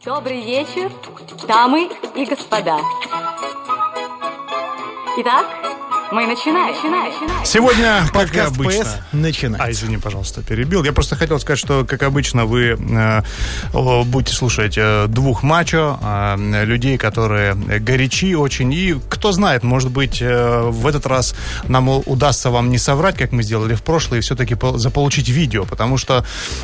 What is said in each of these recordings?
Добрый вечер, дамы и господа. Итак, мы начинаем. Сегодня, как Подкаст обычно... ПС начинается. Извини, пожалуйста, перебил. Я просто хотел сказать, что, как обычно, вы будете слушать двух мачо, людей, которые горячи очень. И, кто знает, может быть, в этот раз нам удастся вам не соврать, как мы сделали в прошлое, и все-таки заполучить видео. Потому что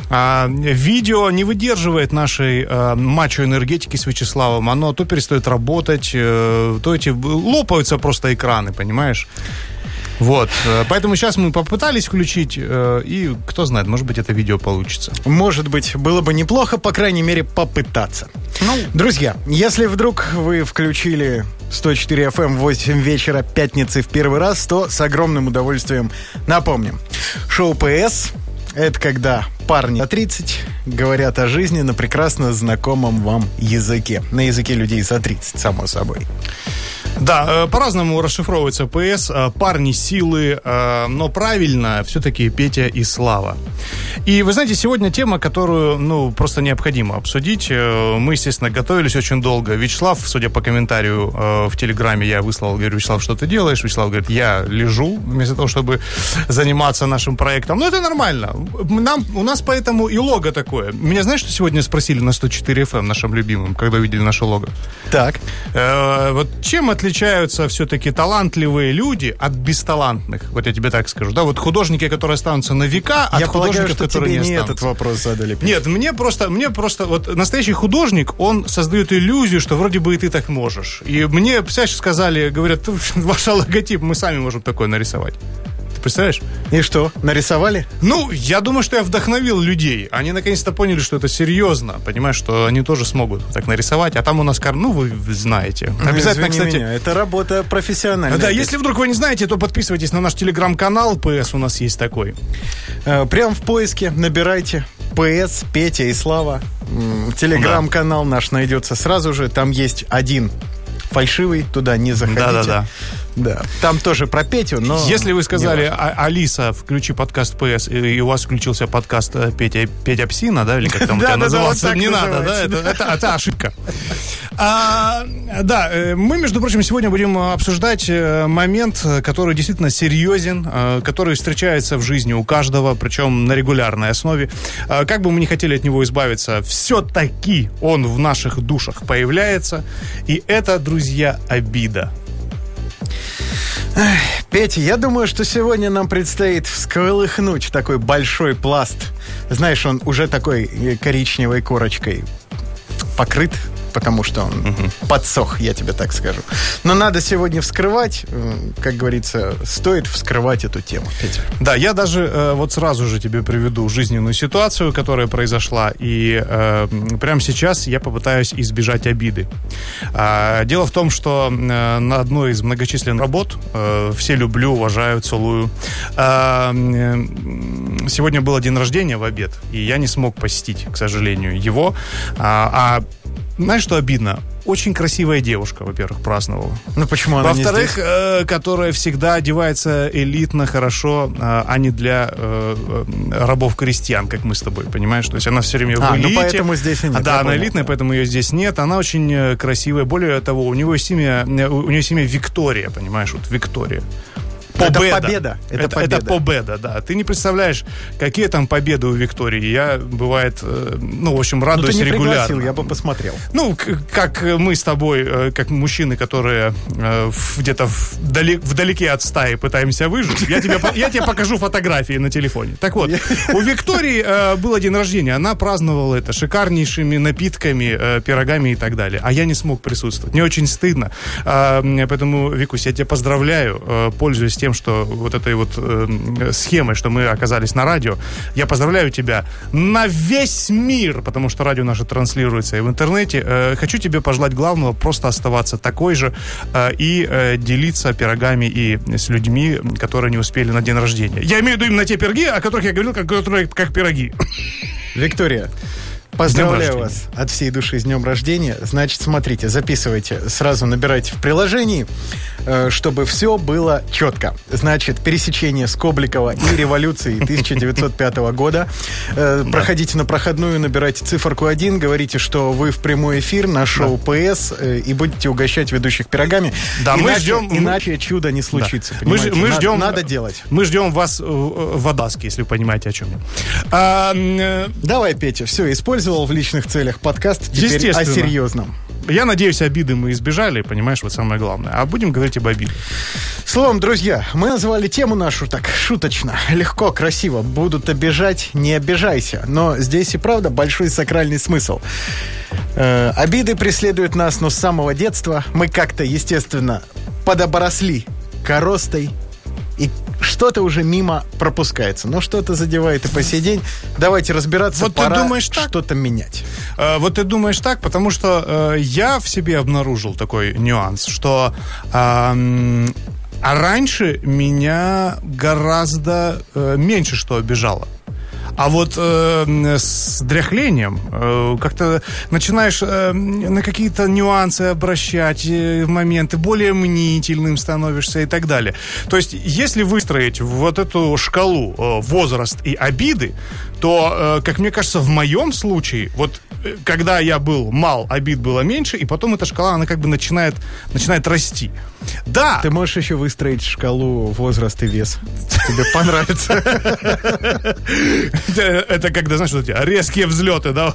видео не выдерживает нашей мачо-энергетики с Вячеславом. Оно то перестает работать, то эти лопаются просто экраны, понимаешь? Вот, поэтому сейчас мы попытались включить, и кто знает, может быть, это видео получится. Может быть, было бы неплохо, по крайней мере, попытаться. Друзья, если вдруг вы включили 104 FM в 8 вечера пятницы в первый раз, то с огромным удовольствием напомним. Шоу ПС — это когда парни за 30 говорят о жизни на прекрасно знакомом вам языке. На языке людей за 30, само собой. Да, по-разному расшифровывается ПС. Парни силы, но правильно все-таки Петя и Слава. И вы знаете, сегодня тема, которую, просто необходимо обсудить. Мы, естественно, готовились очень долго. Вячеслав, судя по комментарию в Телеграме, я выслал, говорю: Вячеслав, что ты делаешь? Вячеслав говорит: я лежу, вместо того, чтобы заниматься нашим проектом. Но это нормально. У нас поэтому и лого такое. Меня, знаешь, что сегодня спросили на 104 FM, нашем любимом, когда увидели наше лого? Так. Вот чем отличаются все-таки талантливые люди от бесталантных? Вот я тебе так скажу. Да, вот художники, которые останутся на века, от художников, которые не останутся. Я этот вопрос задали. Нет, мне просто вот настоящий художник, он создает иллюзию, что вроде бы и ты так можешь. И мне, представляешь, сказали, говорят: ваш логотип мы сами можем такой нарисовать. Представляешь? И что, нарисовали? Я думаю, что я вдохновил людей. Они наконец-то поняли, что это серьезно. Понимаешь, что они тоже смогут так нарисовать. А там у нас, вы знаете. Обязательно, кстати... это работа профессиональная. Да, если вдруг вы не знаете, то подписывайтесь на наш телеграм-канал. ПС у нас есть такой. Прям в поиске набирайте ПС, Петя и Слава. Телеграм-канал наш найдется сразу же. Там есть один фальшивый, туда не заходите. Да, там тоже про Петю, но... Если вы сказали: Алиса, включи подкаст ПС, и у вас включился подкаст Петя Псина, да, или как там у тебя назывался? Не надо, да, это ошибка. Да, мы, между прочим, сегодня будем обсуждать момент, который действительно серьезен, который встречается в жизни у каждого, причем на регулярной основе. Как бы мы ни хотели от него избавиться, все-таки он в наших душах появляется, и это, друзья, обида. Петя, я думаю, что сегодня нам предстоит всколыхнуть такой большой пласт. Знаешь, он уже такой коричневой корочкой покрыт, потому что он подсох, я тебе так скажу. Но надо сегодня вскрывать, как говорится, стоит вскрывать эту тему, Петя. Да, я даже вот сразу же тебе приведу жизненную ситуацию, которая произошла, и прямо сейчас я попытаюсь избежать обиды. Дело в том, что на одной из многочисленных работ, все люблю, уважаю, целую, сегодня был день рождения в обед, и я не смог посетить, к сожалению, его. Знаешь, что обидно? Очень красивая девушка, во-первых, праздновала. Почему она не здесь? Во-вторых, которая всегда одевается элитно, хорошо, а не для рабов-крестьян, как мы с тобой, понимаешь? То есть она все время в элите. Поэтому здесь и нет. Да, она элитная, поэтому ее здесь нет. Она очень красивая. Более того, у нее есть имя Виктория, понимаешь? Вот Виктория. Победа. Это победа, да. Ты не представляешь, какие там победы у Виктории. Я, бывает, в общем, радуюсь регулярно. Ты не пригласил, я бы посмотрел. Как мы с тобой, как мужчины, которые где-то вдалеке от стаи пытаемся выжить, я тебе покажу фотографии на телефоне. Так вот, у Виктории был день рождения. Она праздновала это шикарнейшими напитками, пирогами и так далее. А я не смог присутствовать. Мне очень стыдно. Поэтому, Викусь, я тебя поздравляю, пользуясь тем, что вот этой вот схемой, что мы оказались на радио. Я поздравляю тебя на весь мир, потому что радио наше транслируется и в интернете. Хочу тебе пожелать главного: просто оставаться такой же и делиться пирогами и с людьми, которые не успели на день рождения. Я имею в виду именно те пироги, о которых я говорил, которые как пироги. Виктория, Поздравляю вас от всей души с днем рождения. Значит, смотрите, записывайте, сразу набирайте в приложении, чтобы все было четко. Значит, пересечение Скобликова и революции 1905 года. Проходите на проходную, набирайте циферку 1, говорите, что вы в прямой эфир на шоу ПС и будете угощать ведущих пирогами. Да, мы ждем... Иначе чудо не случится. Да. Мы ждем... Надо делать. Мы ждем вас в Одаске, если вы понимаете, о чем я. Давай, Петя, все, использовал в личных целях подкаст, теперь о серьезном. Я надеюсь, обиды мы избежали, понимаешь, вот самое главное. А будем говорить об обидах. Словом, друзья, мы назвали тему нашу так шуточно, легко, красиво. Будут обижать, не обижайся. Но здесь и правда большой сакральный смысл. Обиды преследуют нас, но с самого детства мы как-то, естественно, подобросли коростой, и что-то уже мимо пропускается. Но что-то задевает и по сей день. Давайте разбираться, вот пора ты думаешь так? Что-то менять. Вот ты думаешь так, потому что я в себе обнаружил такой нюанс, что раньше меня гораздо меньше что обижало. А вот с дряхлением как-то начинаешь на какие-то нюансы обращать, моменты, более мнительным становишься и так далее. То есть, если выстроить вот эту шкалу возраст и обиды, то, как мне кажется, в моем случае, вот когда я был мал, обид было меньше, и потом эта шкала, она как бы начинает расти. Да! Ты можешь еще выстроить шкалу возраст и вес. Тебе понравится. Это когда, знаешь, вот эти резкие взлеты, да?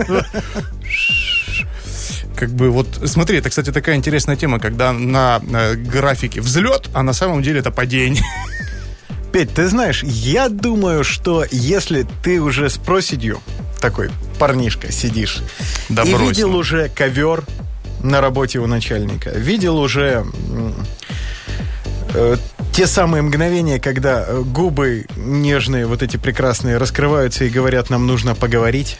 Как бы вот, смотри, это, кстати, такая интересная тема, когда на графике взлет, а на самом деле это падение. Петь, ты знаешь, я думаю, что если ты уже с проседью, такой парнишка, сидишь, да, и видел уже ковер на работе у начальника, видел уже те самые мгновения, когда губы нежные, вот эти прекрасные, раскрываются и говорят, нам нужно поговорить.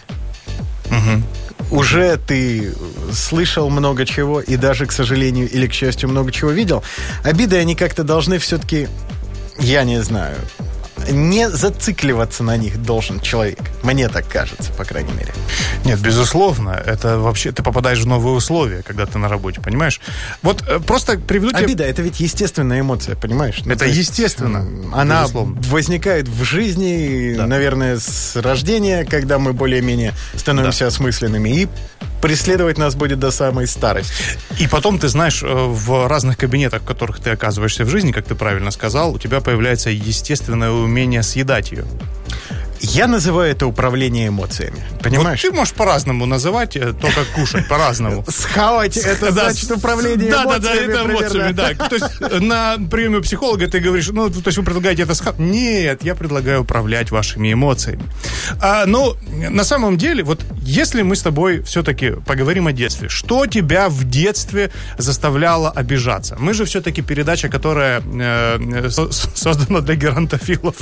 Угу. Уже ты слышал много чего и даже, к сожалению или к счастью, много чего видел. Обиды, они как-то должны все-таки, я не знаю, не зацикливаться на них должен человек. Мне так кажется, по крайней мере. Нет, безусловно. Это вообще, ты попадаешь в новые условия, когда ты на работе, понимаешь? Вот просто приведу тебе... Обида, это ведь естественная эмоция, понимаешь? Это естественно. Она безусловно возникает в жизни, да, наверное, с рождения, когда мы более-менее становимся осмысленными, и преследовать нас будет до самой старости. И потом, ты знаешь, в разных кабинетах, в которых ты оказываешься в жизни, как ты правильно сказал, у тебя появляется естественное умение съедать ее. Я называю это управление эмоциями. Понимаешь? Вот ты можешь по-разному называть, только кушать по-разному. Схавать — это значит управление эмоциями. Да, это эмоциями, да. То есть на приеме у психолога ты говоришь, ну, то есть вы предлагаете это схавать. Нет, я предлагаю управлять вашими эмоциями. Но на самом деле, вот если мы с тобой все-таки поговорим о детстве, что тебя в детстве заставляло обижаться? Мы же все-таки передача, которая создана для геронтофилов.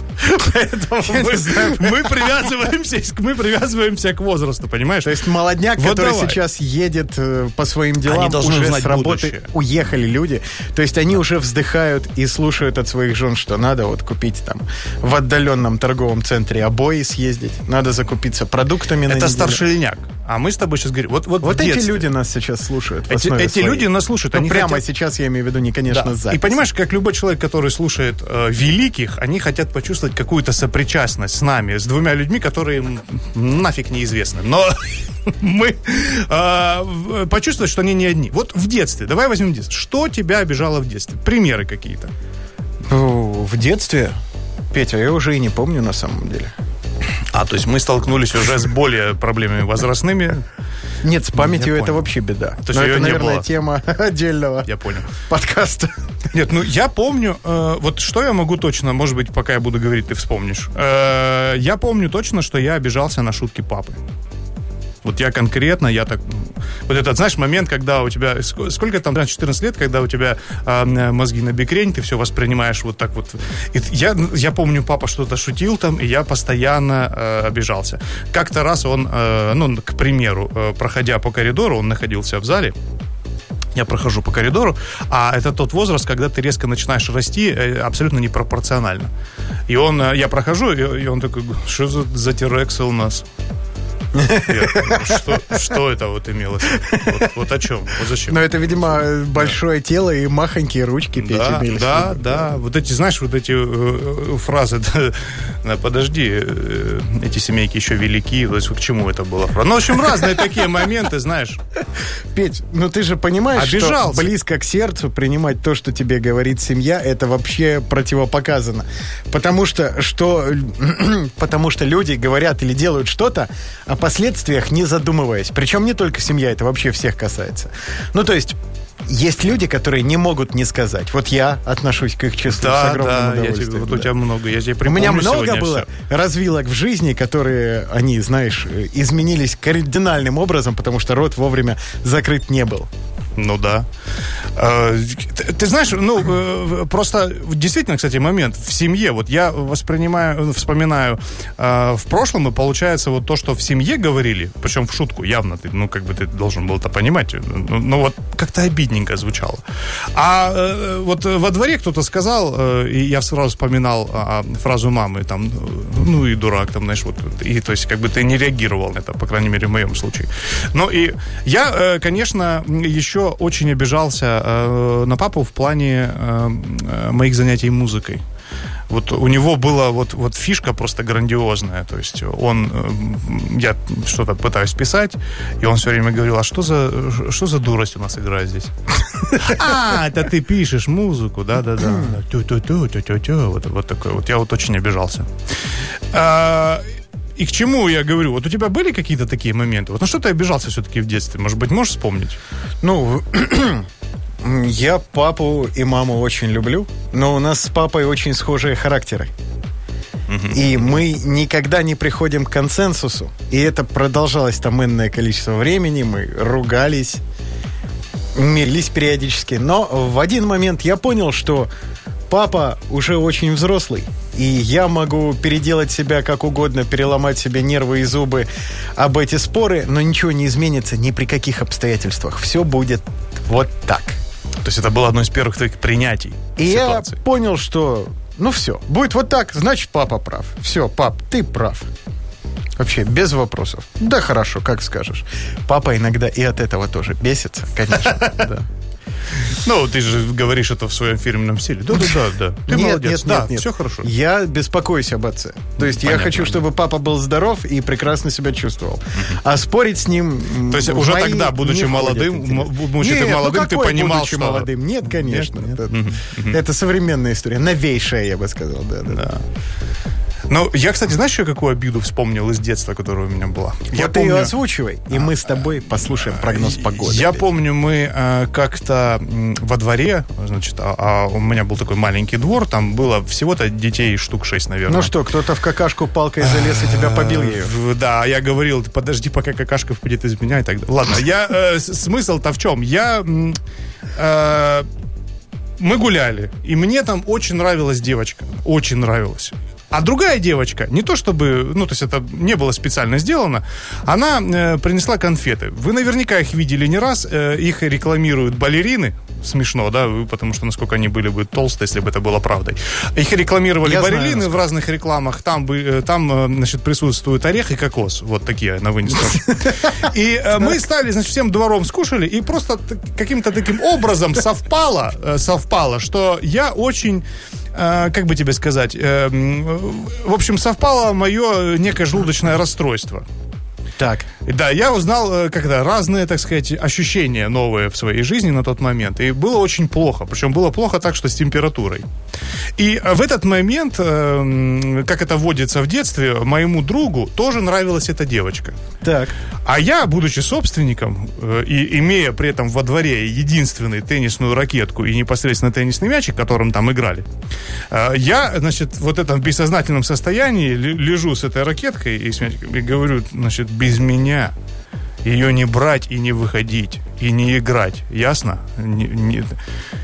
Поэтому мы привязываемся к возрасту, понимаешь? То есть молодняк, вот который сейчас едет по своим делам, уже с работы уехали люди. То есть они уже вздыхают и слушают от своих жен, что надо вот купить там в отдаленном торговом центре обои съездить, надо закупиться продуктами на неделю. Это старшельняк. А мы с тобой сейчас говорим, вот эти люди нас сейчас слушают. Эти люди нас слушают. Они прямо сейчас, я имею в виду, не, конечно, запись. И понимаешь, как любой человек, который слушает великих, они хотят почувствовать какую-то сопричастность с нами, с двумя людьми, которые нафиг неизвестны. Но мы почувствовали, что они не одни. Вот в детстве, давай возьмем детство. Что тебя обижало в детстве? Примеры какие-то. В детстве, Петя, я уже и не помню на самом деле. То есть мы столкнулись уже с более проблемами возрастными. Нет, с памятью это вообще беда. То есть это, наверное, тема отдельного подкаста. Нет, я помню, вот что я могу точно, может быть, пока я буду говорить, ты вспомнишь. Я помню точно, что я обижался на шутки папы. Вот я конкретно, вот этот, знаешь, момент, когда у тебя, сколько там, 14 лет, когда у тебя мозги на бекрень, ты все воспринимаешь вот так вот. И я помню, папа что-то шутил там, и я постоянно обижался. Как-то раз он, к примеру, проходя по коридору, он находился в зале, я прохожу по коридору, а это тот возраст, когда ты резко начинаешь расти абсолютно непропорционально. И я прохожу, и он такой, что за тирексы у нас? Что это вот имелось? Вот о чем? Вот зачем? Ну, это, видимо, большое тело и махонькие ручки Пети имелись. Да. Вот эти, знаешь, вот эти фразы, подожди, эти семейки еще велики, то есть к чему это было? Ну, в общем, разные такие моменты, знаешь. Петь, ну ты же понимаешь, Обижался. что близко к сердцу принимать то, что тебе говорит семья, это вообще противопоказано. Потому что люди говорят или делают что-то о последствиях, не задумываясь. Причем не только семья, это вообще всех касается. Ну, то есть люди, которые не могут не сказать. Вот я отношусь к их числу с огромным удовольствием. Вот у тебя много, я тебе У припомню. меня много было развилок в жизни, которые, они, знаешь, изменились кардинальным образом, потому что рот вовремя закрыт не был. Ну да. Ты знаешь, просто действительно, кстати, момент в семье. Вот я вспоминаю в прошлом, и получается вот то, что в семье говорили, причем в шутку, явно ты, ты должен был это понимать, но вот как-то обидненько звучало. А вот во дворе кто-то сказал, и я сразу вспоминал фразу мамы, там, и дурак, там, знаешь, вот, и то есть как бы ты не реагировал на это, по крайней мере, в моем случае. Ну и я, конечно, еще очень обижался на папу в плане моих занятий музыкой. Вот у него была вот фишка просто грандиозная. То есть я что-то пытаюсь писать, и он все время говорил, а что за дурость у нас играет здесь? Это ты пишешь музыку, да-да-да. Вот такой вот. Я вот очень обижался. И к чему я говорю? Вот у тебя были какие-то такие моменты? Вот на что ты обижался все-таки в детстве? Может быть, можешь вспомнить? Я папу и маму очень люблю, но у нас с папой очень схожие характеры. И мы никогда не приходим к консенсусу. И это продолжалось там энное количество времени. Мы ругались, мирились периодически. Но в один момент я понял, что папа уже очень взрослый. И я могу переделать себя как угодно, переломать себе нервы и зубы об эти споры, но ничего не изменится ни при каких обстоятельствах. Все будет вот так. То есть это было одно из первых твоих принятий ситуации. Я понял, что, все, будет вот так, значит, папа прав. Все, пап, ты прав. Вообще, без вопросов. Да, хорошо, как скажешь. Папа иногда и от этого тоже бесится, конечно, да. Ты же говоришь это в своем фирменном стиле. Да. Ты молодец. Нет. Все хорошо. Я беспокоюсь об отце. То есть я хочу, чтобы папа был здоров и прекрасно себя чувствовал. А спорить с ним... То есть уже тогда, будучи молодым, ты понимал, что... молодым? Нет, конечно. Это современная история. Новейшая, я бы сказал. Да. Я, кстати, знаешь, еще какую обиду вспомнил из детства, которая у меня была? Ты ее озвучивай, и мы с тобой послушаем прогноз погоды. Я помню, мы как-то во дворе, значит, у меня был такой маленький двор, там было всего-то детей штук 6, наверное. Ну что, кто-то в какашку палкой залез и тебя побил ею? Да, я говорил, подожди, пока какашка впадет из меня и так далее. Ладно, смысл-то в чем? Мы гуляли, и мне там очень нравилась девочка, очень нравилась. А другая девочка, не то чтобы, то есть это не было специально сделано, она принесла конфеты. Вы наверняка их видели не раз, их рекламируют балерины. Смешно, да, потому что насколько они были бы толстые, если бы это было правдой. Их рекламировали балерины в разных рекламах. Там, значит, присутствует орех и кокос. Вот такие на вынес. И мы стали, значит, всем двором скушали, и просто каким-то таким образом совпало, что я очень... как бы тебе сказать, в общем, совпало мое некое желудочное расстройство. Так. Да, я узнал разные, так сказать, ощущения новые в своей жизни на тот момент. И было очень плохо. Причем было плохо так, что с температурой. И в этот момент, как это водится в детстве, моему другу тоже нравилась эта девочка. Так. А я, будучи собственником и имея при этом во дворе единственную теннисную ракетку и непосредственно теннисный мячик, которым там играли, я, значит, вот этом бессознательном состоянии лежу с этой ракеткой и с мячиком и говорю, значит, без меня ее не брать и не выходить, и не играть. Ясно?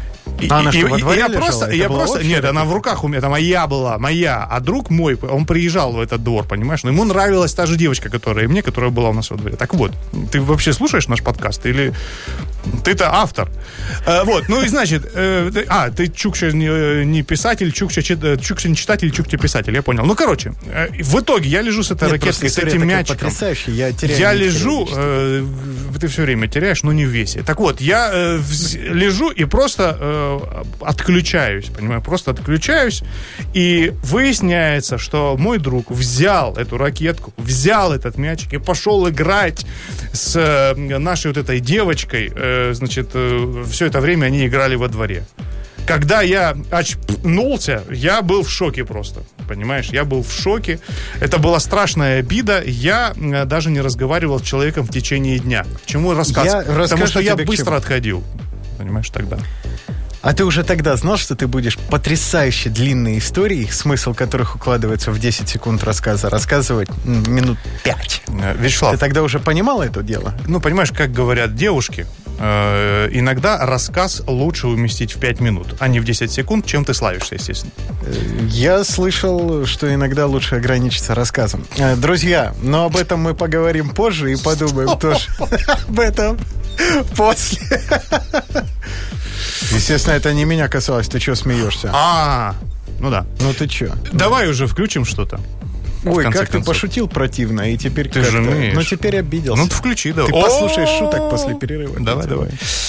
А она что, во дворе я лежала? просто, Это я была просто, общая нет, она или в руках у меня, это моя была, моя. А друг мой, он приезжал в этот двор, понимаешь? Но ему нравилась та же девочка, которая мне, которая была у нас во дворе. Так вот, ты вообще слушаешь наш подкаст или ты-то автор? Вот, ну и значит, ты Чукча не писатель, Чукча не читатель, Чукча писатель, я понял. Ну, короче, в итоге я лежу с этой ракеткой, с этим мячиком. Потрясающая, я теряю. Я лежу, ты все время теряешь, но не в весе. Так вот, я лежу и просто отключаюсь, понимаю, просто отключаюсь, и выясняется, что мой друг взял эту ракетку, взял этот мячик и пошел играть с нашей вот этой девочкой, значит, все это время они играли во дворе. Когда я очнулся, я был в шоке просто, понимаешь? Я был в шоке. Это была страшная обида. Я даже не разговаривал с человеком в течение дня. К чему рассказ? Потому что я быстро отходил, понимаешь, тогда. А ты уже тогда знал, что ты будешь потрясающе длинные истории, смысл которых укладывается в 10 секунд рассказа, рассказывать минут 5? Вячеслав, ты тогда уже понимал это дело? Ну, понимаешь, как говорят девушки, иногда рассказ лучше уместить в 5 минут, а не в 10 секунд, чем ты славишься, естественно. Я слышал, что иногда лучше ограничиться рассказом. Друзья, но об этом мы поговорим позже и подумаем тоже об этом после. Естественно, это не меня касалось. Ты что смеешься? Ну да. Ну ты что? Давай уже включим что-то. Ой, как ты пошутил противно, и теперь ты же умеешь. Ну теперь обиделся. Ну ты включи, давай. Ты послушаешь шуток после перерыва. Давай.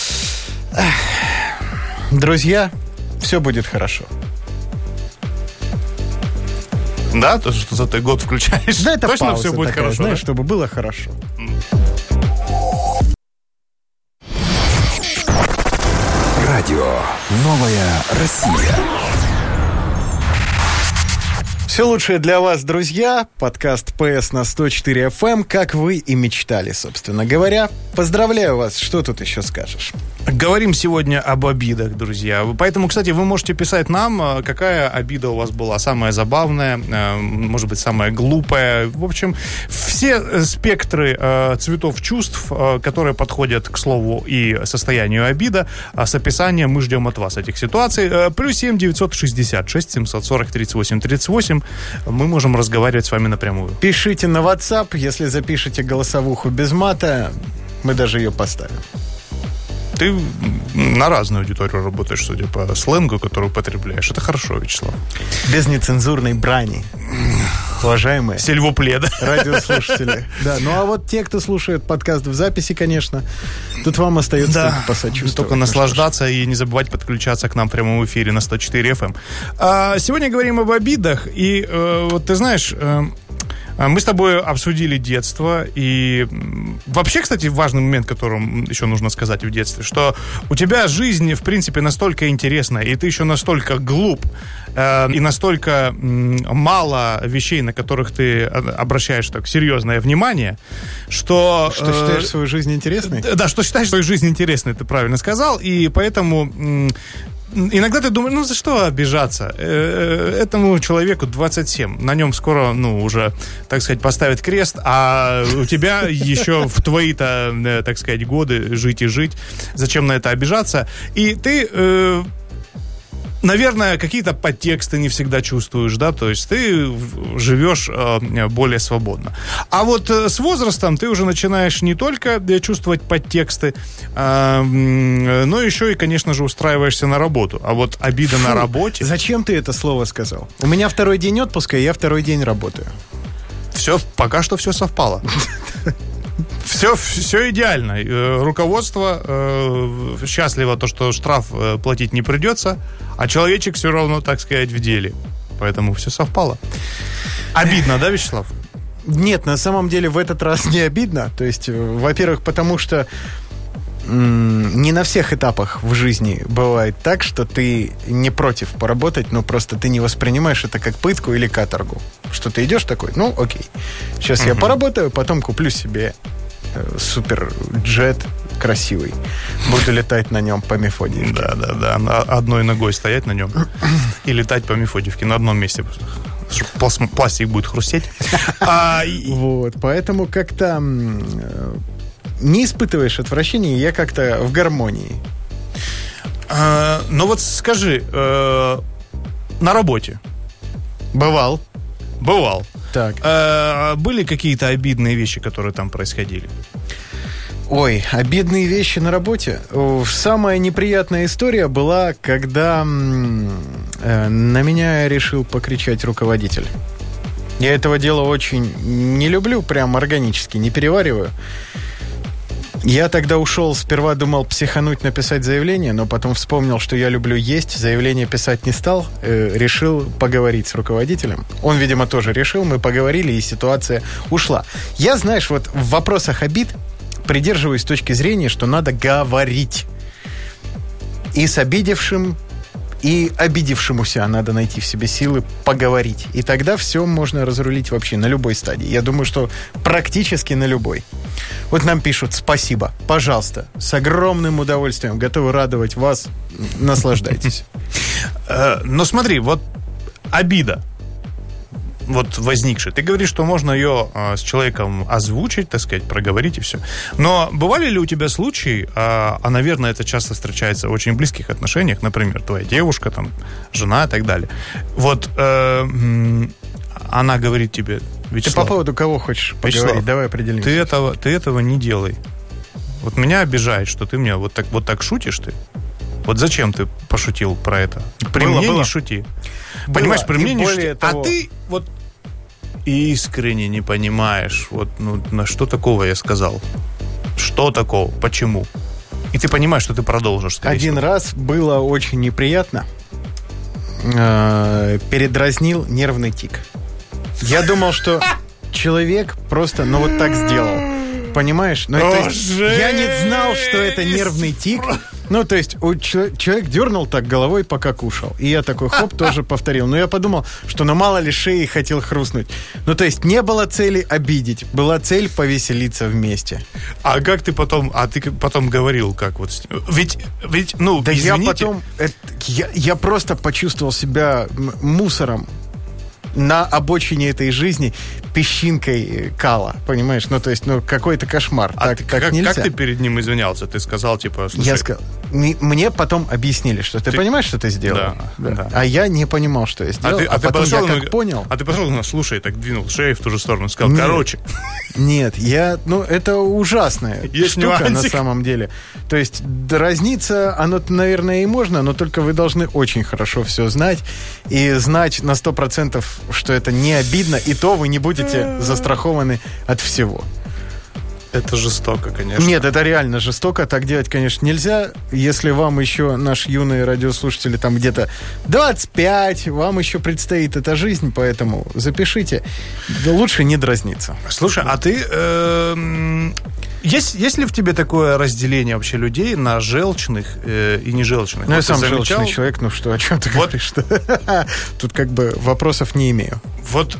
Друзья, все будет хорошо. Да? То, что за ты год включаешь. Да, это точно пауза все будет такая, хорошо, знаешь, да? чтобы было хорошо. Радио «Новая Россия». Все лучшее для вас, друзья. Подкаст PS на 104 FM, как вы и мечтали, собственно говоря. Поздравляю вас. Что тут еще скажешь? Говорим сегодня об обидах, друзья. Поэтому, кстати, вы можете писать нам, какая обида у вас была самая забавная, может быть, самая глупая. В общем, все спектры цветов чувств, которые подходят к слову и состоянию обида, с описанием мы ждем от вас этих ситуаций. +7 966 740 38 38. Мы можем разговаривать с вами напрямую. Пишите на WhatsApp, если запишите голосовуху без мата, мы даже ее поставим. Ты на разную аудиторию работаешь, судя по сленгу, который употребляешь. Это хорошо, Вячеслав. Без нецензурной брани. Уважаемые Сильвупледа. радиослушатели. Да, ну а вот те, кто слушает подкаст в записи, конечно, тут вам остается только посочувствовать. Только наслаждаться и не забывать подключаться к нам в прямом эфире на 104 FM. Сегодня говорим об обидах. И вот ты знаешь... Мы с тобой обсудили детство, и вообще, кстати, важный момент, которым еще нужно сказать в детстве, что у тебя жизнь, в принципе, настолько интересная, и ты еще настолько глуп, и настолько мало вещей, на которых ты обращаешь так серьезное внимание, что... Что считаешь свою жизнь интересной? Да, что считаешь свою жизнь интересной, ты правильно сказал, и поэтому... Иногда ты думаешь, ну за что обижаться? Этому человеку 27, на нем скоро, уже, так сказать, поставят крест, а у тебя еще в твои-то, так сказать, годы жить и жить. Зачем на это обижаться? И ты... наверное, какие-то подтексты не всегда чувствуешь, да, то есть ты живешь более свободно. А вот с возрастом ты уже начинаешь не только чувствовать подтексты, но еще и, конечно же, устраиваешься на работу. А вот обида на работе... Зачем ты это слово сказал? У меня второй день отпуска, и я второй день работаю. Пока что все совпало. Все идеально. Руководство счастливо, то, что штраф платить не придется, а человечек все равно, так сказать, в деле. Поэтому все совпало. Обидно, да, Вячеслав? Нет, на самом деле в этот раз не обидно. То есть, во-первых, потому что не на всех этапах в жизни бывает так, что ты не против поработать, но просто ты не воспринимаешь это как пытку или каторгу. Что ты идешь такой, окей, сейчас я поработаю, потом куплю себе суперджет красивый. Буду летать на нем по Мефодиевке. Да. Одной ногой стоять на нем и летать по Мефодиевке на одном месте. Пластик будет хрустеть. Вот, поэтому как-то не испытываешь отвращения, я как-то в гармонии. Ну вот скажи, на работе Бывал. Так. были какие-то обидные вещи, которые там происходили? Ой, обидные вещи на работе. Самая неприятная история была, когда на меня решил покричать руководитель. Я этого дела очень не люблю, прям органически, не перевариваю. Я тогда ушел, сперва думал психануть, написать заявление, но потом вспомнил, что я люблю есть, заявление писать не стал, решил поговорить с руководителем. Он, видимо, тоже решил, мы поговорили, и ситуация ушла. Я, знаешь, вот в вопросах обид придерживаюсь точки зрения, что надо говорить. И с обидевшим, и обидевшемуся надо найти в себе силы поговорить. И тогда все можно разрулить вообще на любой стадии. Я думаю, что практически на любой. Вот нам пишут: спасибо, пожалуйста, с огромным удовольствием, готовы радовать вас, наслаждайтесь. Но смотри, вот обида, вот возникшая. Ты говоришь, что можно ее с человеком озвучить, так сказать, проговорить и все. Но бывали ли у тебя случаи, а, наверное, это часто встречается в очень близких отношениях, например, твоя девушка, там, жена и так далее. Вот она говорит тебе: Вячеслав, ты по поводу кого хочешь поговорить? Вячеслав, давай определимся. Ты этого не делай. Вот меня обижает, что ты мне вот так шутишь ты. Вот зачем ты пошутил про это? При мне не шути. Понимаешь, при мне не шути. А ты вот искренне не понимаешь, вот, ну, на что такого я сказал. Что такого? Почему? И ты понимаешь, что ты продолжишь. Один раз было очень неприятно. Передразнил нервный тик. Я думал, что человек просто, ну, вот так сделал. Понимаешь? Ну, то есть, я не знал, что это нервный тик. Ну, то есть, человек дернул так головой, пока кушал. И я такой, хоп, тоже повторил. Но я подумал, что, ну, мало ли шеи хотел хрустнуть. Ну, то есть, не было цели обидеть. Была цель повеселиться вместе. А как ты потом... А ты потом говорил, как вот... Ведь ну, да извините... Я просто почувствовал себя мусором на обочине этой жизни, песчинкой кала, понимаешь? Ну, то есть, ну, какой-то кошмар. А как ты перед ним извинялся? Ты сказал, типа, слушай... Я сказал... Мне потом объяснили, что ты понимаешь, что ты сделал? Да. А я не понимал, что я сделал. А потом я как понял... А ты пошел, слушай, так двинул шею в ту же сторону, сказал, короче. Нет, это ужасная штука на самом деле. То есть, дразниться, оно, наверное, и можно, но только вы должны очень хорошо все знать и знать на 100%, что это не обидно, и то вы не будете застрахованы от всего. Это жестоко, конечно. Нет, это реально жестоко. Так делать, конечно, нельзя. Если вам еще, наши юные радиослушатели, там где-то 25, вам еще предстоит эта жизнь, поэтому запишите. Да лучше не дразниться. Слушай, а ты... Есть ли в тебе такое разделение вообще людей на желчных и нежелчных? Ну, я сам желчный человек, ну что, о чем ты говоришь? Тут как бы вопросов не имею. Вот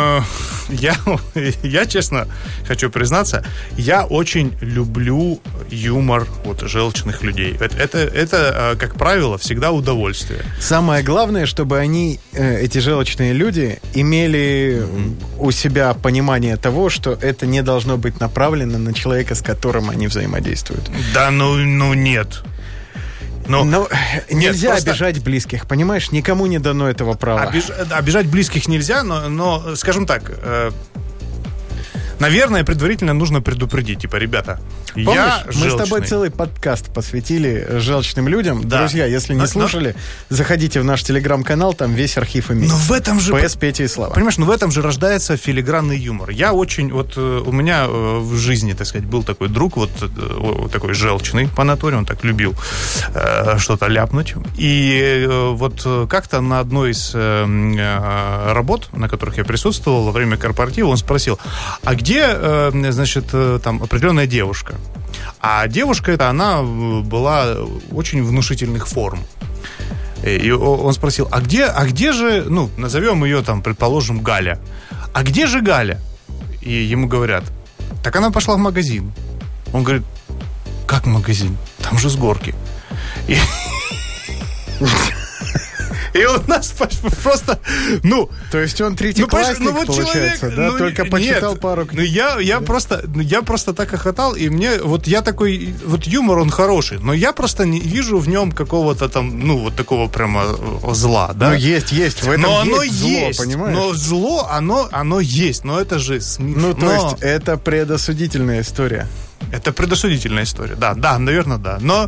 я честно хочу признаться, я очень люблю юмор вот желчных людей. Это, как правило, всегда удовольствие. Самое главное, чтобы они, эти желчные люди, имели у себя понимание того, что это не должно быть направлено на человека, с которым они взаимодействуют. Да, ну нет. Но нельзя обижать близких, понимаешь? Никому не дано этого права. Обижать близких нельзя, но скажем так, наверное, предварительно нужно предупредить. Типа, ребята, помнишь, я желчный. Мы с тобой целый подкаст посвятили желчным людям. Да. Друзья, если не слушали, заходите в наш телеграм-канал, там весь архив имеется. Но в этом же... PS, Петя и Слава. Понимаешь, в этом же рождается филигранный юмор. Я очень... Вот у меня в жизни, так сказать, был такой друг, вот такой желчный по натуре, он так любил что-то ляпнуть. И вот как-то на одной из работ, на которых я присутствовал во время корпоратива, он спросил, а где, значит, там определенная девушка? А девушка эта, она была очень внушительных форм. И он спросил, а где же, ну, назовем ее там, предположим, Галя. А где же Галя? И ему говорят, так она пошла в магазин. Он говорит, как магазин? Там же с горки. И у нас просто, То есть он третьеклассник, получается, да? Только почитал пару книг. Я просто так хохотал, и мне, я такой, юмор, он хороший, но я просто не вижу в нем какого-то там, вот такого прямо зла, да? Ну, есть, в этом но оно есть зло, понимаешь? Но зло, оно есть, но это же смешно. Ну, то есть, это предосудительная история. Это предосудительная история, да, наверное, да, но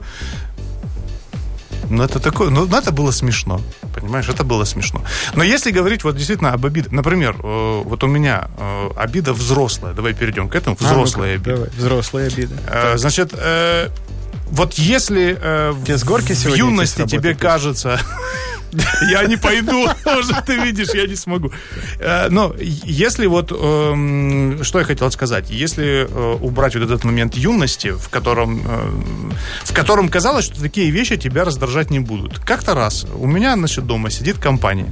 это такое, это было смешно, понимаешь, это было смешно. Но если говорить действительно об обидах, например, у меня обида взрослая, давай перейдем к этому, взрослая обида. Давай, взрослые обиды. Значит, если с горки в юности тебе кажется... Я не пойду, уже ты видишь, я не смогу. Но если что я хотел сказать, если убрать этот момент юности, в котором казалось, что такие вещи тебя раздражать не будут. Как-то раз у меня, дома сидит компания.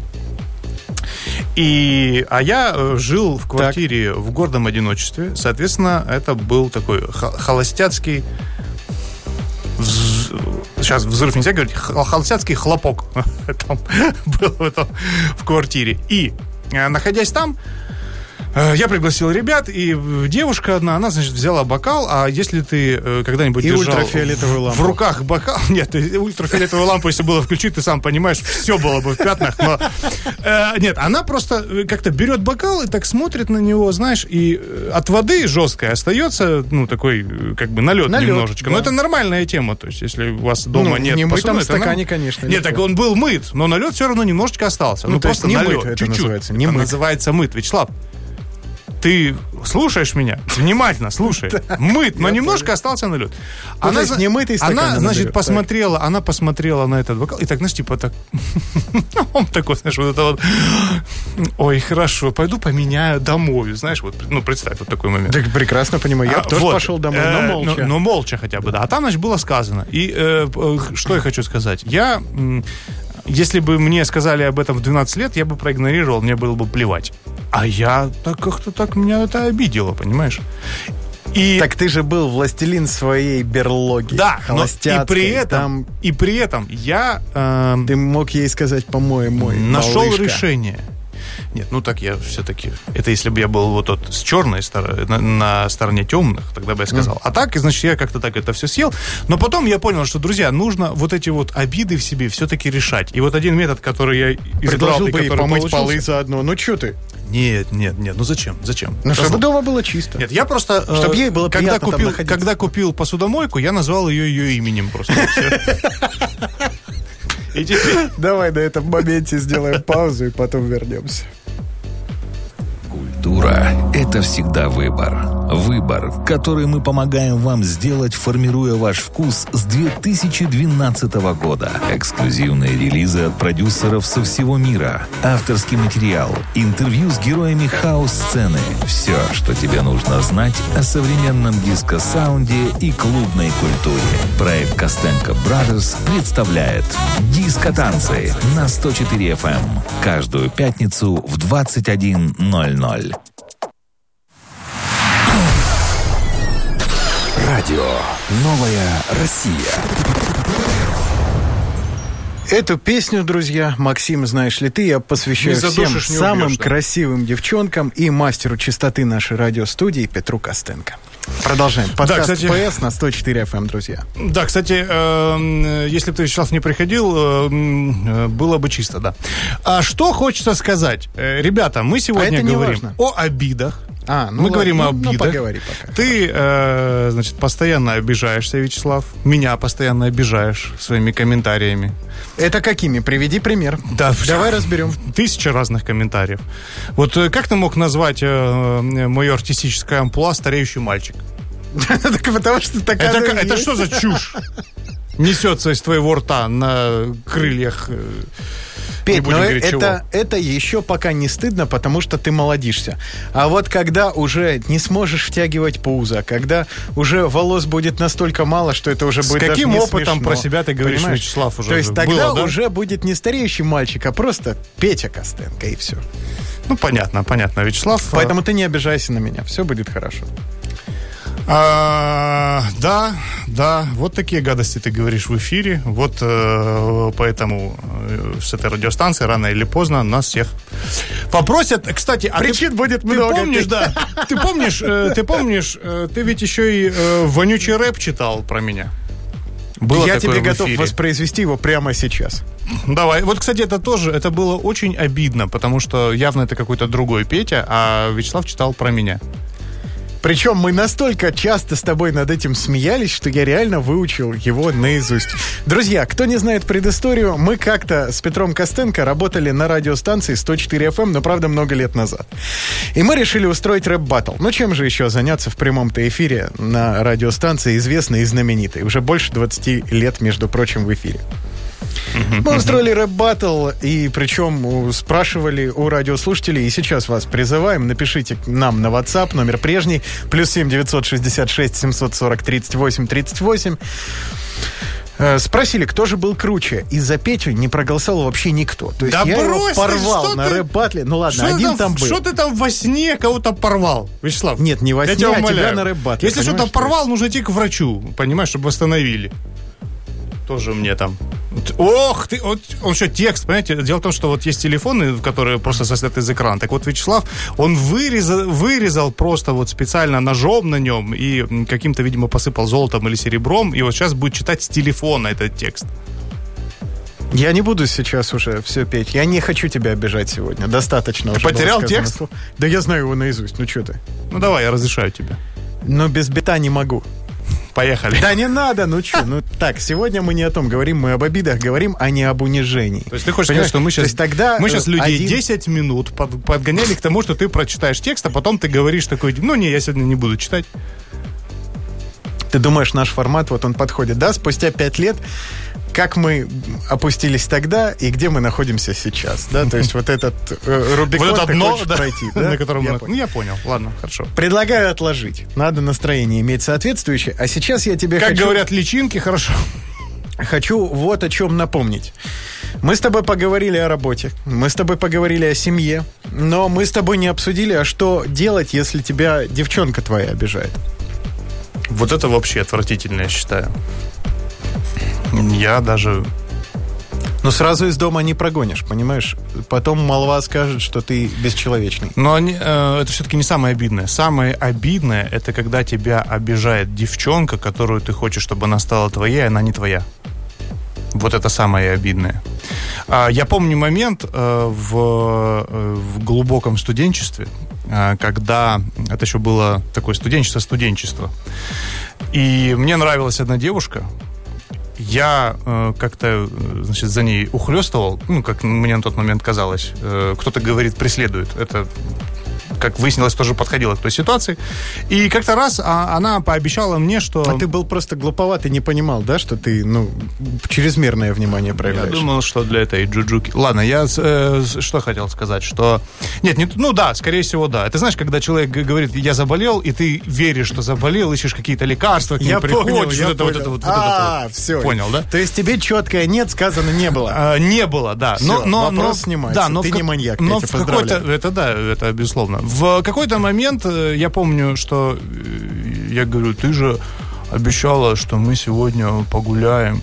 А я жил в квартире в гордом одиночестве. Соответственно, это был такой холостяцкий... Сейчас взрыв нельзя говорить, холостяцкий хлопок там был в квартире. И, находясь там, я пригласил ребят, и девушка одна, она, взяла бокал, а если ты когда-нибудь держал в руках бокал... Нет, ультрафиолетовую лампу, если было включить, ты сам понимаешь, все было бы в пятнах, но... Нет, она просто как-то берет бокал и так смотрит на него, знаешь, и от воды жесткой остается, такой, налет немножечко. Да. Но это нормальная тема, то есть, если у вас дома нет не посуды... Не в стакане, конечно. Нет, так он был мыт, но налет все равно немножечко остался. Просто налет, мыт это чуть-чуть. Называется, это называется мыт. Вячеслав, ты слушаешь меня? Внимательно слушай. Мыт, но немножко остался налет. Она, не мытый стакан. Она, посмотрела на этот бокал и так, так... Он такой, ой, хорошо, пойду поменяю домой. Знаешь, представь вот такой момент. Так прекрасно понимаю. Я тоже пошел домой, но молча. Но молча хотя бы, да. А там, было сказано. И что я хочу сказать? Если бы мне сказали об этом в 12 лет, я бы проигнорировал, мне было бы плевать. А я меня это обидело, понимаешь? Так ты же был властелин своей берлоги. Да, холостяцкой. И при этом я... ты мог ей сказать, по-моему, нашел решение. Нет, я все-таки... Это если бы я был с черной стороны, на стороне темных, тогда бы я сказал. А так, значит, я как-то так это все съел. Но потом я понял, что, друзья, нужно эти обиды в себе все-таки решать. И один метод, который я избрал... Предложил бы ей помыть полы заодно. Что ты? Нет, зачем? Чтобы дома было чисто. Нет, я просто... Чтобы ей было приятно там находиться. Когда купил посудомойку, я назвал ее именем просто. Давай на этом моменте сделаем паузу и потом вернемся. Культура – это всегда выбор. Выбор, который мы помогаем вам сделать, формируя ваш вкус с 2012 года. Эксклюзивные релизы от продюсеров со всего мира. Авторский материал, интервью с героями хаус-сцены. Все, что тебе нужно знать о современном диско-саунде и клубной культуре. Проект Костенко Brothers представляет «Диско-танцы» на 104 FM. Каждую пятницу в 21:00. Радио «Новая Россия». Эту песню, друзья, Максим, знаешь ли ты, я посвящаю всем самым красивым девчонкам и мастеру чистоты нашей радиостудии Петру Костенко. Продолжаем. Подкаст ПС на 104 FM, друзья. Да, кстати, если бы ты сейчас не приходил, было бы чисто, да. А что хочется сказать? Ребята, мы сегодня говорим о обидах. Мы говорим о обидах. Поговори пока. Ты, значит, постоянно обижаешься, Вячеслав. Меня постоянно обижаешь своими комментариями. Это какими? Приведи пример. Да, давай разберем. 1000 разных комментариев. Как ты мог назвать мое артистическое амплуа «стареющий мальчик»? Потому что такая... Это что за чушь? Несется из твоего рта на крыльях... Петь, но это еще пока не стыдно, потому что ты молодишься. А когда уже не сможешь втягивать пузо, когда уже волос будет настолько мало, что это уже будет даже не смешно. С каким опытом про себя ты говоришь, понимаешь? Вячеслав, уже? То есть тогда уже будет не стареющий мальчик, а просто Петя Костенко, и все. Понятно, Вячеслав. Поэтому ты не обижайся на меня, все будет хорошо. Да, вот такие гадости ты говоришь в эфире. Вот поэтому с этой радиостанции рано или поздно нас всех попросят. Кстати, причин будет много. Ты помнишь, да? Ты помнишь, ты ведь еще и вонючий рэп читал про меня. Было Я такое тебе в готов эфире. воспроизвести его прямо сейчас. Давай. Вот, кстати, это было очень обидно, потому что явно это какой-то другой Петя, а Вячеслав читал про меня. Причем мы настолько часто с тобой над этим смеялись, что я реально выучил его наизусть. Друзья, кто не знает предысторию, мы как-то с Петром Костенко работали на радиостанции 104 FM, но, правда, много лет назад. И мы решили устроить рэп-баттл. Ну, чем же еще заняться в прямом-то эфире на радиостанции, известной и знаменитой? Уже больше 20 лет, между прочим, в эфире. Мы устроили рэп-баттл, и причем спрашивали у радиослушателей, и сейчас вас призываем, напишите нам на WhatsApp, номер прежний, +7 966 740 38 38. Спросили, кто же был круче. И за Петю не проголосовал вообще никто. То есть да я брось, его порвал на рэп-баттле. Ну ладно, один там был. Что ты там во сне кого-то порвал, Вячеслав? Нет, не во сне, а тебя на рэп-баттле. Если что-то порвал, нужно идти к врачу, понимаешь, чтобы восстановили. Тоже мне там. Ох ты, он что, текст, понимаете? Дело в том, что вот есть телефоны, которые просто состоят из экрана. Так вот, Вячеслав, он вырезал просто вот специально ножом на нем и каким-то, видимо, посыпал золотом или серебром, и вот сейчас будет читать с телефона этот текст. Я не буду сейчас уже все петь. Я не хочу тебя обижать сегодня. Достаточно. Ты уже потерял текст? Да я знаю его наизусть. Ну что ты? Ну давай, я разрешаю тебе. Но без бита не могу. Поехали. Да не надо, ну что, ну так, сегодня мы не о том говорим, мы об обидах говорим, а не об унижении. То есть ты хочешь сказать, что мы сейчас людей 10 минут подгоняли к тому, что ты прочитаешь текст, а потом ты говоришь такой, ну не, я сегодня не буду читать. Ты думаешь, наш формат, вот он подходит, да, спустя 5 лет, как мы опустились тогда и где мы находимся сейчас, да, то есть вот этот Рубикон вот это ты дно, хочешь да, пройти, да? на котором я мы... понял. Ну, я понял, ладно, хорошо. Предлагаю отложить, надо настроение иметь соответствующее, а сейчас я тебе как говорят личинки, хорошо. Хочу вот о чем напомнить. Мы с тобой поговорили о работе, мы с тобой поговорили о семье, но мы с тобой не обсудили, а что делать, если тебя девчонка твоя обижает. Вот это вообще отвратительно, я считаю. Я даже... Но сразу из дома не прогонишь, понимаешь? Потом молва скажет, что ты бесчеловечный. Но это все-таки не самое обидное. Самое обидное, это когда тебя обижает девчонка, которую ты хочешь, чтобы она стала твоей, а она не твоя. Вот это самое обидное. Я помню момент в глубоком студенчестве, когда это еще было такое студенчество. И мне нравилась одна девушка. Я как-то, значит, за ней ухлёстывал, ну, как мне на тот момент казалось. Кто-то говорит, преследует. Это, как выяснилось, тоже подходило к той ситуации. И как-то раз она пообещала мне, что... А ты был просто глуповат и не понимал, да, что ты, ну, чрезмерное внимание проявляешь? Я думал, что для этой джуджуки... Ладно, я что хотел сказать, что... Нет, ну да, скорее всего, да. Ты знаешь, когда человек говорит, я заболел, и ты веришь, что заболел, ищешь какие-то лекарства, к ним приходишь. Все. Понял, да? То есть тебе четкое «нет» сказано не было? Не было, да. Все, вопрос снимается. Да, но ты не маньяк, но я тебя поздравляю. Это безусловно. В какой-то момент я помню, что я говорю, ты же обещала, что мы сегодня погуляем.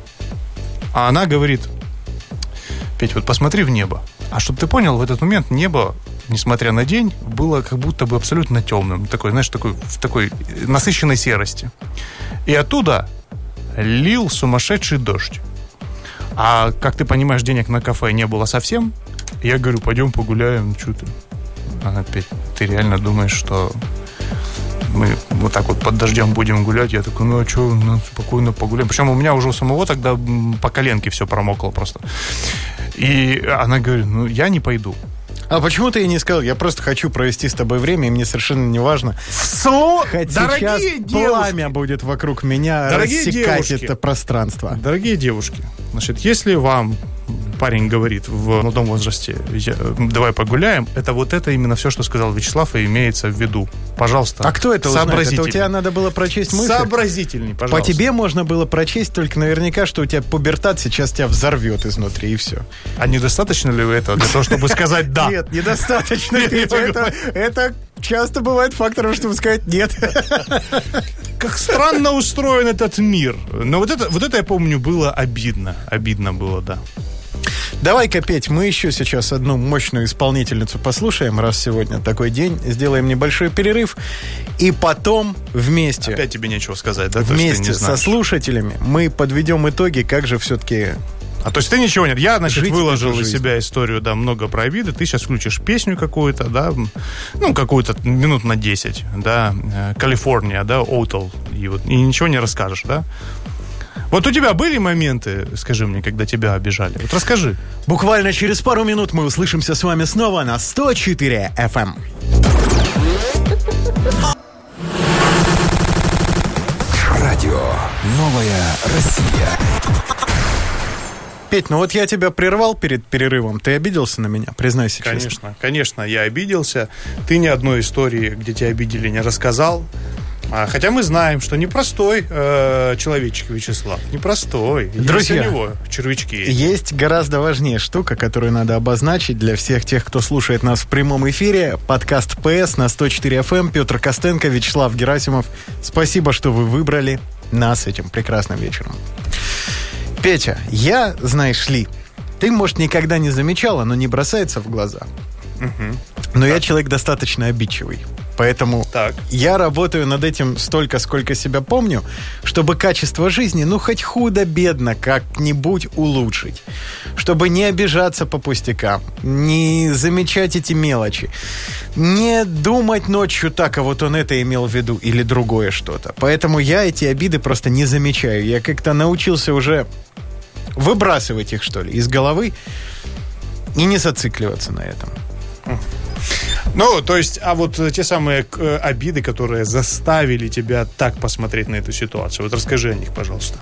А она говорит, Петь, вот посмотри в небо. А чтобы ты понял, в этот момент небо, несмотря на день, было как будто бы абсолютно темным. Такой, знаешь, в такой насыщенной серости. И оттуда лил сумасшедший дождь. А, как ты понимаешь, денег на кафе не было совсем. Я говорю, пойдем погуляем. Что ты? Она опять, ты реально думаешь, что мы вот так вот под дождем будем гулять? Я такой, ну а что, ну, спокойно погуляем. Причем у меня уже у самого тогда по коленке все промокло просто. И она говорит, ну я не пойду. А почему ты ей не сказал? Я просто хочу провести с тобой время, и мне совершенно не важно. Хоть сейчас пламя будет вокруг меня рассекать это пространство. Дорогие девушки, значит, если вам парень говорит в молодом возрасте, давай погуляем, это вот это именно все, что сказал Вячеслав, и имеется в виду. Пожалуйста, а кто это узнает? Это у тебя надо было прочесть мысли? Сообразительней, пожалуйста. По тебе можно было прочесть только наверняка, что у тебя пубертат сейчас тебя взорвет изнутри, и все. А недостаточно ли этого для того, чтобы сказать «да»? Нет, недостаточно. Это часто бывает фактором, чтобы сказать нет. Как странно устроен этот мир. Но вот это я помню, было обидно. Обидно было, да. Давай-ка, Петь, мы еще сейчас одну мощную исполнительницу послушаем, раз сегодня такой день. Сделаем небольшой перерыв. И потом вместе... Опять тебе нечего сказать, да? Вместе со слушателями мы подведем итоги, как же все-таки... То есть ты ничего нет. Я, значит, Жить выложил эту из жизнь. себя историю, да, много про обиды. Ты сейчас включишь песню какую-то, да, какую-то минут на 10, да, Калифорния, да, Outl, и ничего не расскажешь, да? Вот у тебя были моменты, скажи мне, когда тебя обижали? Вот расскажи. Буквально через пару минут мы услышимся с вами снова на 104 FM. Радио «Новая Россия». Петь, ну вот я тебя прервал перед перерывом. Ты обиделся на меня? Признайся честно. Конечно, я обиделся. Ты ни одной истории, где тебя обидели, не рассказал. Хотя мы знаем, что непростой человечек Вячеслав. Непростой. Друзья, есть у него червячки. Есть гораздо важнее штука, которую надо обозначить для всех тех, кто слушает нас в прямом эфире. Подкаст ПС на 104 FM. Петр Костенко, Вячеслав Герасимов. Спасибо, что вы выбрали нас этим прекрасным вечером. Петя, я, знаешь ли, ты, может, никогда не замечала, но не бросается в глаза. Но я человек достаточно обидчивый. Поэтому я работаю над этим столько, сколько себя помню, чтобы качество жизни, хоть худо-бедно как-нибудь улучшить. Чтобы не обижаться по пустякам, не замечать эти мелочи, не думать ночью так, а вот он это имел в виду или другое что-то. Поэтому я эти обиды просто не замечаю. Я как-то научился уже выбрасывать их, что ли, из головы и не зацикливаться на этом. То есть, а вот те самые обиды, которые заставили тебя так посмотреть на эту ситуацию, вот расскажи о них, пожалуйста.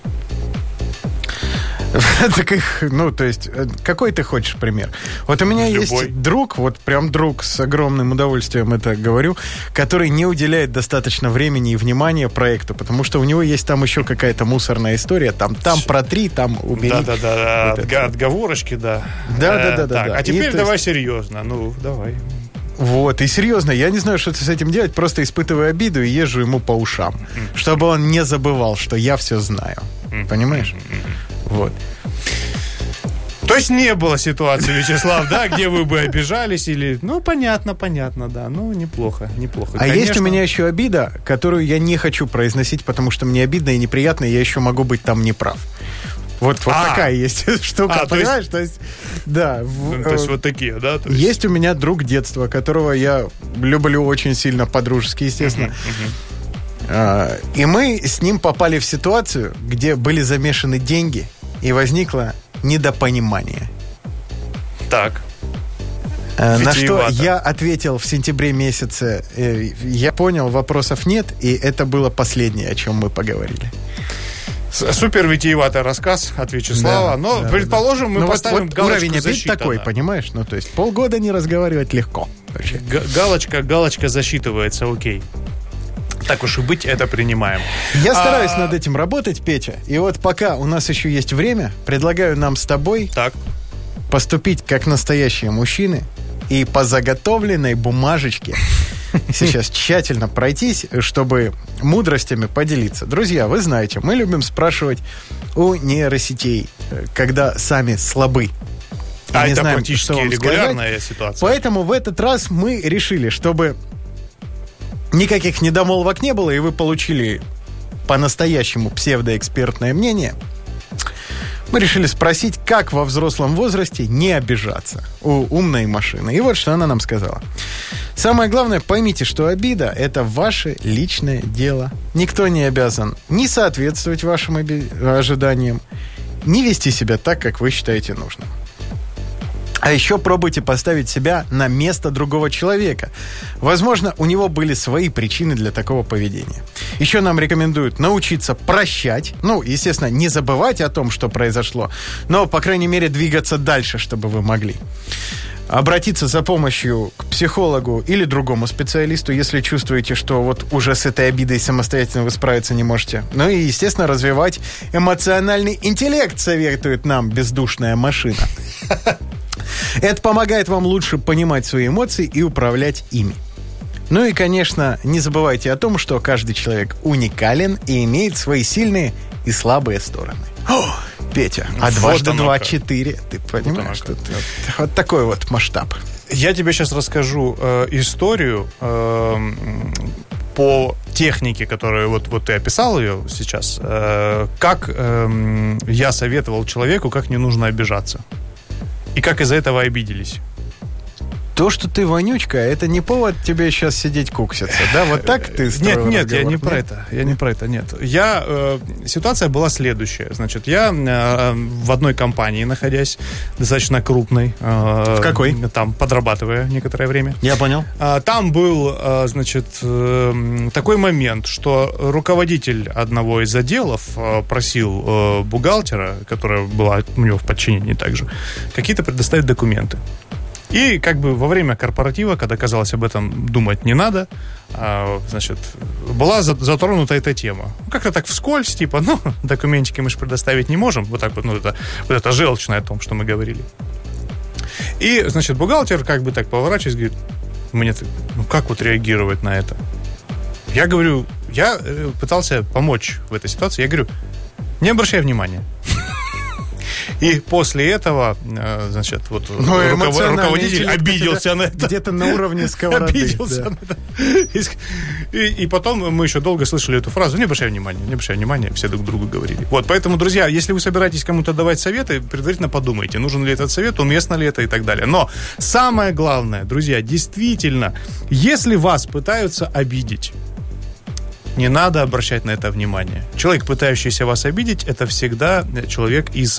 Какой ты хочешь пример? Вот у меня есть друг, вот прям друг, с огромным удовольствием это говорю, который не уделяет достаточно времени и внимания проекту, потому что у него есть там еще какая-то мусорная история, там протри, там убери. Да-да-да, отговорочки, да. Да. А теперь давай серьезно, давай. Вот, и серьезно, я не знаю, что с этим делать, просто испытываю обиду и езжу ему по ушам, чтобы он не забывал, что я все знаю. Понимаешь? Вот. То есть не было ситуации, Вячеслав, да, где вы бы обижались или... понятно, да, неплохо. А Конечно. есть у меня еще обида, которую я не хочу произносить, потому что мне обидно и неприятно, и я еще могу быть там неправ. Вот такая есть штука, понимаешь? То есть, да. То есть вот такие, да? Есть у меня друг детства, которого я люблю очень сильно, по-дружески, естественно. И мы с ним попали в ситуацию, где были замешаны деньги, и возникло недопонимание. Так. На что я ответил в сентябре месяце, я понял, вопросов нет, и это было последнее, о чем мы поговорили. Супер витиеватый рассказ от Вячеслава, предположим, мы поставим галочку уровень обид засчитано. такой, понимаешь? То есть полгода не разговаривать легко. Вообще. Галочка засчитывается, окей. Так уж и быть, это принимаем. Я стараюсь над этим работать, Петя. И вот пока у нас еще есть время, предлагаю нам с тобой поступить как настоящие мужчины и по заготовленной бумажечке сейчас тщательно пройтись, чтобы мудростями поделиться. Друзья, вы знаете, мы любим спрашивать у нейросетей, когда сами слабы. Это знаем, практически регулярная ситуация. Поэтому в этот раз мы решили, чтобы никаких недомолвок не было, и вы получили по-настоящему псевдоэкспертное мнение, мы решили спросить, как во взрослом возрасте не обижаться у умной машины. И вот что она нам сказала. Самое главное, поймите, что обида – это ваше личное дело. Никто не обязан ни соответствовать вашим ожиданиям, ни вести себя так, как вы считаете нужным. А еще пробуйте поставить себя на место другого человека. Возможно, у него были свои причины для такого поведения. Еще нам рекомендуют научиться прощать. Естественно, не забывать о том, что произошло, но, по крайней мере, двигаться дальше, чтобы вы могли. Обратиться за помощью к психологу или другому специалисту, если чувствуете, что вот уже с этой обидой самостоятельно вы справиться не можете. И, естественно, развивать эмоциональный интеллект, советует нам бездушная машина. Это помогает вам лучше понимать свои эмоции и управлять ими. Ну и, конечно, не забывайте о том, что каждый человек уникален и имеет свои сильные и слабые стороны. О, Петя, а дважды два — 4. Ты понимаешь, что вот такой вот масштаб. Я тебе сейчас расскажу историю по технике, которую вот ты описал ее сейчас, как я советовал человеку, как не нужно обижаться. И как из-за этого обиделись. То, что ты вонючка, это не повод тебе сейчас сидеть кукситься, да? Вот так ты строил Нет, разговор? я не про это. Я не про это, нет. Ситуация была следующая. Значит, я в одной компании, находясь, достаточно крупной. В какой? Там, подрабатывая некоторое время. Я понял. Там был, значит, такой момент, что руководитель одного из отделов просил бухгалтера, которая была у него в подчинении также, какие-то предоставить документы. И как бы во время корпоратива, когда казалось, об этом думать не надо, значит, была затронута эта тема. Как-то так вскользь, типа, документики мы же предоставить не можем. Вот так вот, это желчное о том, что мы говорили. И, значит, бухгалтер как бы так поворачиваясь, говорит, мне, как вот реагировать на это? Я говорю, я пытался помочь в этой ситуации. Я говорю, не обращай внимания. И после этого, значит, вот руководитель обиделся на это. Где-то на уровне сковороды. Обиделся на это. И потом мы еще долго слышали эту фразу. Не обращай внимания, все друг другу говорили. Вот, поэтому, друзья, если вы собираетесь кому-то давать советы, предварительно подумайте, нужен ли этот совет, уместно ли это и так далее. Но самое главное, друзья, действительно, если вас пытаются обидеть, не надо обращать на это внимание. Человек, пытающийся вас обидеть, это всегда человек из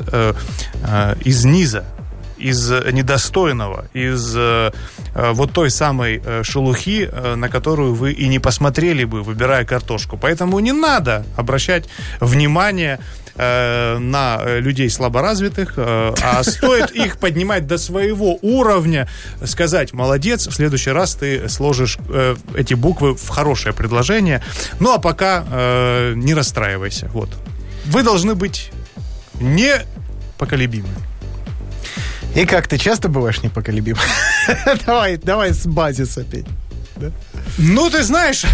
низа, из недостойного, из вот той самой шелухи, на которую вы и не посмотрели бы, выбирая картошку. Поэтому не надо обращать внимание на людей слаборазвитых, а стоит их поднимать до своего уровня, сказать, молодец, в следующий раз ты сложишь эти буквы в хорошее предложение. Ну, а пока не расстраивайся. Вот. Вы должны быть непоколебимы. И как, ты часто бываешь непоколебим? Давай с базиса, Петь. Ну, ты знаешь...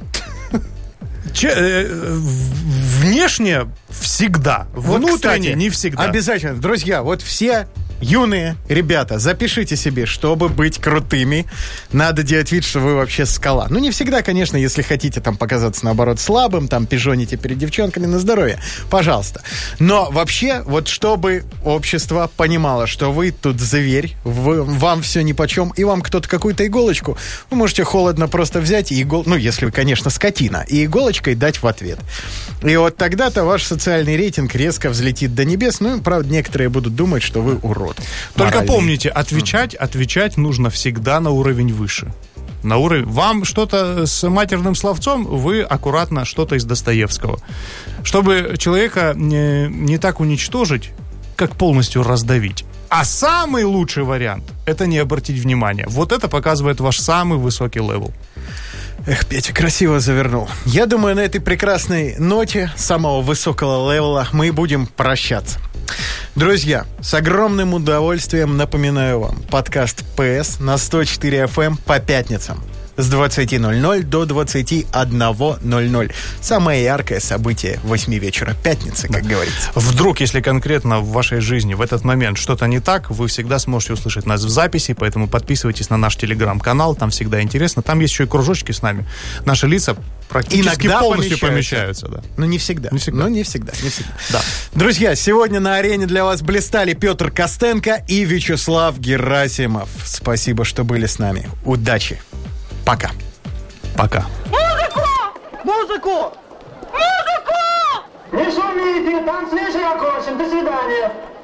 Внешне всегда, внутренне вот, кстати, не всегда. Обязательно, друзья, вот все юные ребята, запишите себе, чтобы быть крутыми, надо делать вид, что вы вообще скала. Ну, не всегда, конечно, если хотите там показаться, наоборот, слабым, там, пижоните перед девчонками, на здоровье, пожалуйста. Но вообще, вот чтобы общество понимало, что вы тут зверь, вам все нипочем, и вам кто-то какую-то иголочку, вы можете холодно просто взять и ну, если вы, конечно, скотина, и иголочкой дать в ответ. И вот тогда-то ваш социальный рейтинг резко взлетит до небес. Ну, правда, некоторые будут думать, что вы урод. Только помните, отвечать нужно всегда на уровень выше. На уровень. Вам что-то с матерным словцом, вы аккуратно что-то из Достоевского. Чтобы человека не так уничтожить, как полностью раздавить. А самый лучший вариант — это не обратить внимания. Вот это показывает ваш самый высокий левел. Эх, Петя, красиво завернул. Я думаю, на этой прекрасной ноте самого высокого левела мы и будем прощаться. Друзья, с огромным удовольствием напоминаю вам подкаст PS на 104 FM по пятницам с 20:00 до 21:00. Самое яркое событие 8 вечера пятницы, как говорится. Вдруг, если конкретно в вашей жизни в этот момент что-то не так, вы всегда сможете услышать нас в записи, поэтому подписывайтесь на наш телеграм-канал, там всегда интересно. Там есть еще и кружочки с нами. Наши лица практически иногда полностью помещаются. Да. Но не всегда. Не всегда. Да. Друзья, сегодня на арене для вас блистали Петр Костенко и Вячеслав Герасимов. Спасибо, что были с нами. Удачи. Пока. Пока. Музыку! Не шумите, там свежий окончен. До свидания.